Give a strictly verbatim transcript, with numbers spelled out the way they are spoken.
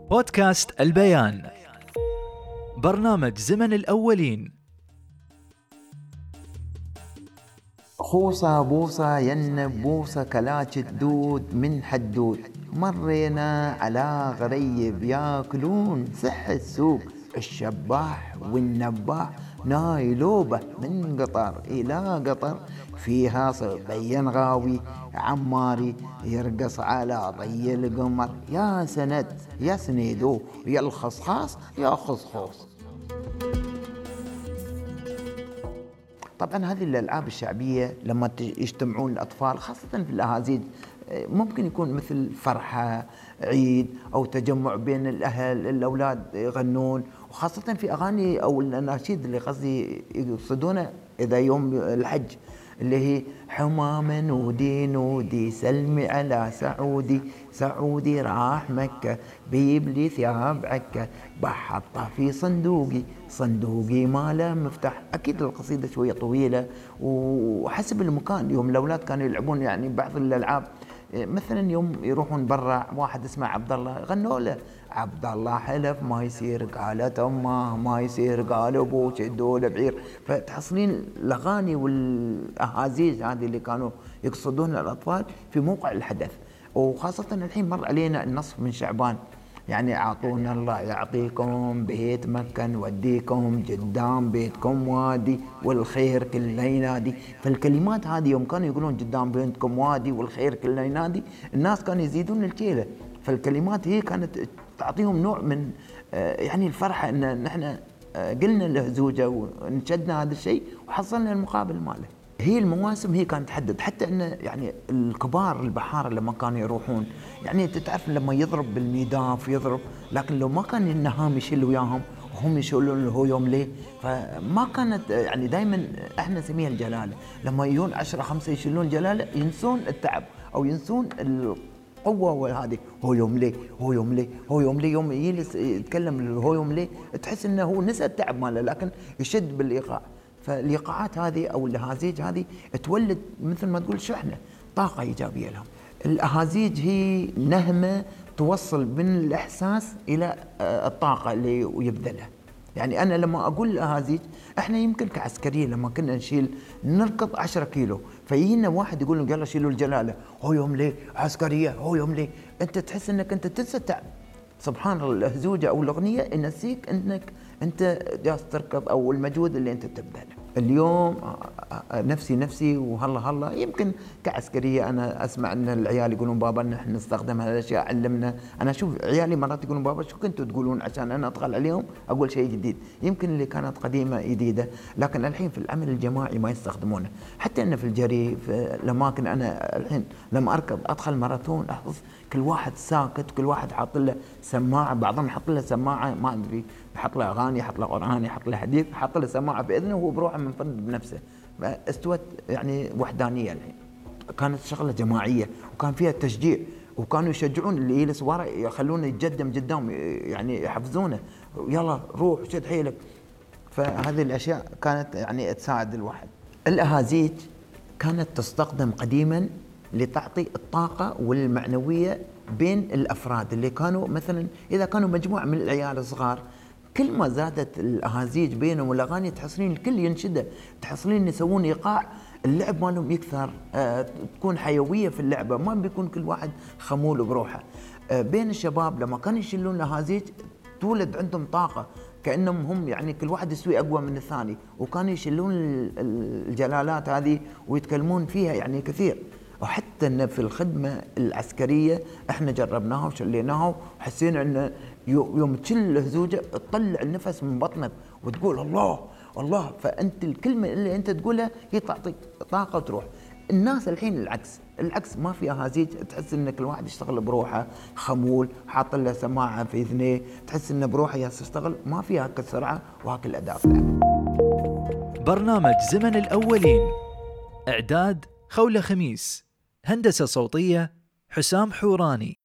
بودكاست البيان، برنامج زمن الأولين. خوصة بوصة ينب بوصة كلاش الدود من حدود، مرينا على غريب ياكلون صح السوق، الشباح والنباح نايلوبه من قطر إلى قطر، فيها صبي غاوي عماري يرقص على ضي القمر، يا سند يا سنيدو يا الخصخاص يا خصخوص. طبعا هذه الألعاب الشعبية لما يجتمعون الأطفال خاصة في الأهازيج ممكن يكون مثل فرحة عيد أو تجمع بين الأهل، الأولاد يغنون، وخاصة في أغاني أو الأناشيد اللي قصدي يقصدونه إذا يوم الحج اللي هي حمام نودي نودي سلمي على سعودي، سعودي راح مكة بيب لي ثياب عكة بحطه في صندوقي، صندوقي ما له مفتاح. أكيد القصيدة شوية طويلة وحسب المكان. يوم الأولاد كانوا يلعبون يعني بعض الألعاب، مثلا يوم يروحون برا واحد اسمه عبد الله غنوا له عبد الله حلف ما يصير، قالت امه ما يصير، قال ابوه شدوا له بعير. فتحصلين الاغاني والاهازيج هذه اللي كانوا يقصدون الاطفال في موقع الحدث. وخاصه الحين مر علينا النصف من شعبان، يعني اعطونا الله يعطيكم بيت مكة نوديكم قدام بيتكم وادي والخير كله ينادي. فالكلمات هذه يوم كانوا يقولون قدام بيتكم وادي والخير كله ينادي، الناس كانوا يزيدون الكيلة. فالكلمات هي كانت تعطيهم نوع من يعني الفرحة ان نحن قلنا له زوجة ونشدنا هذا الشيء وحصلنا المقابل ماله. هي المواسم هي كانت تحدد، حتى ان يعني الكبار البحارة لما كانوا يروحون يعني تتعرف لما يضرب بالميداف يضرب، لكن لو ما كان النهام يشيل وياهم وهم يشيلون له يوم ليه، فما كانت يعني دائما احنا نسميها الجلالة. لما يجون عشرة خمسة يشيلون جلالة ينسون التعب او ينسون القوة، وهذه هو يوم ليه هو يوم ليه هو يوم ليه يوم يجلس يتكلم هو يوم ليه تحس انه هو نسى التعب ماله لكن يشد بالايقاع. فالإيقاعات هذه أو الأهازيج هذه تولد مثل ما تقول شحنة طاقة إيجابية لهم. الأهازيج هي نهمة توصل من الإحساس إلى الطاقة اللي يبذلها. يعني أنا لما أقول الأهازيج إحنا يمكن كعسكرية لما كنا نشيل نركض عشرة كيلو فيجينا واحد يقول له يلا شيلوا الجلالة، هو يوم ليه عسكرية هو يوم ليه، أنت تحس أنك أنت تنسى التعب. سبحان الله الهزوجة أو الأغنية ينسيك أنك أنت جالس تركض أو المجهود اللي أنت تبذله. اليوم نفسي نفسي وهلا هلا يمكن كعسكرية أنا أسمع أن العيال يقولون بابا نحن نستخدم هذه الأشياء علمنا. أنا أشوف عيالي مرات يقولون بابا شو كنتوا تقولون عشان أنا أدخل عليهم أقول شيء جديد، يمكن اللي كانت قديمة جديدة، لكن الحين في العمل الجماعي ما يستخدمونه. حتى أن في الجري في الأماكن أنا الحين لما أركض أدخل ماراثون أحس كل واحد ساكت، كل واحد حاط له سماعة، بعضهم حط له سماعة ما أدري يحط له أغاني يحط له قرآن يحط له حديث حط له سماعة في إذنه وهو بروحه منفرد بنفسه. استوت يعني وحدانية الحين. كانت شغلة جماعية وكان فيها تشجيع وكانوا يشجعون اللي يجلس ورا يخلونه يتقدم قدام يعني يحفزونه يلا روح شد حيلك. فهذه الأشياء كانت يعني تساعد الواحد. الأهازيج كانت تستخدم قديما لتعطي الطاقة والمعنوية بين الأفراد اللي كانوا مثلا إذا كانوا مجموعة من العيال الصغار، كل ما زادت الأهازيج بينهم والأغاني تحصلين الكل ينشده، تحصلين يسوون إيقاع، اللعب مالهم يكثر، آه، تكون حيوية في اللعبة، ما بيكون كل واحد خمول بروحه. آه، بين الشباب لما كانوا يشيلون الأهازيج تولد عندهم طاقة كأنهم هم يعني كل واحد يسوي أقوى من الثاني، وكانوا يشيلون الجلالات هذه ويتكلمون فيها يعني كثير. وحتى إن في الخدمة العسكرية إحنا جربناها وشليناها وحسينا إن يوم تشل الهزوجة تطلع النفس من بطنك وتقول الله الله، فأنت الكلمة اللي أنت تقولها هي تعطيك طاقة وتروح. الناس الحين العكس العكس ما في أهازيج، تحس إن كل واحد يشتغل بروحه خمول حاط له سماعة في إذنيه، تحس إنه بروحه يشتغل ما في هاك السرعة وهاك الأداء. برنامج زمن الأولين، إعداد خولة خميس، هندسة صوتية حسام حوراني.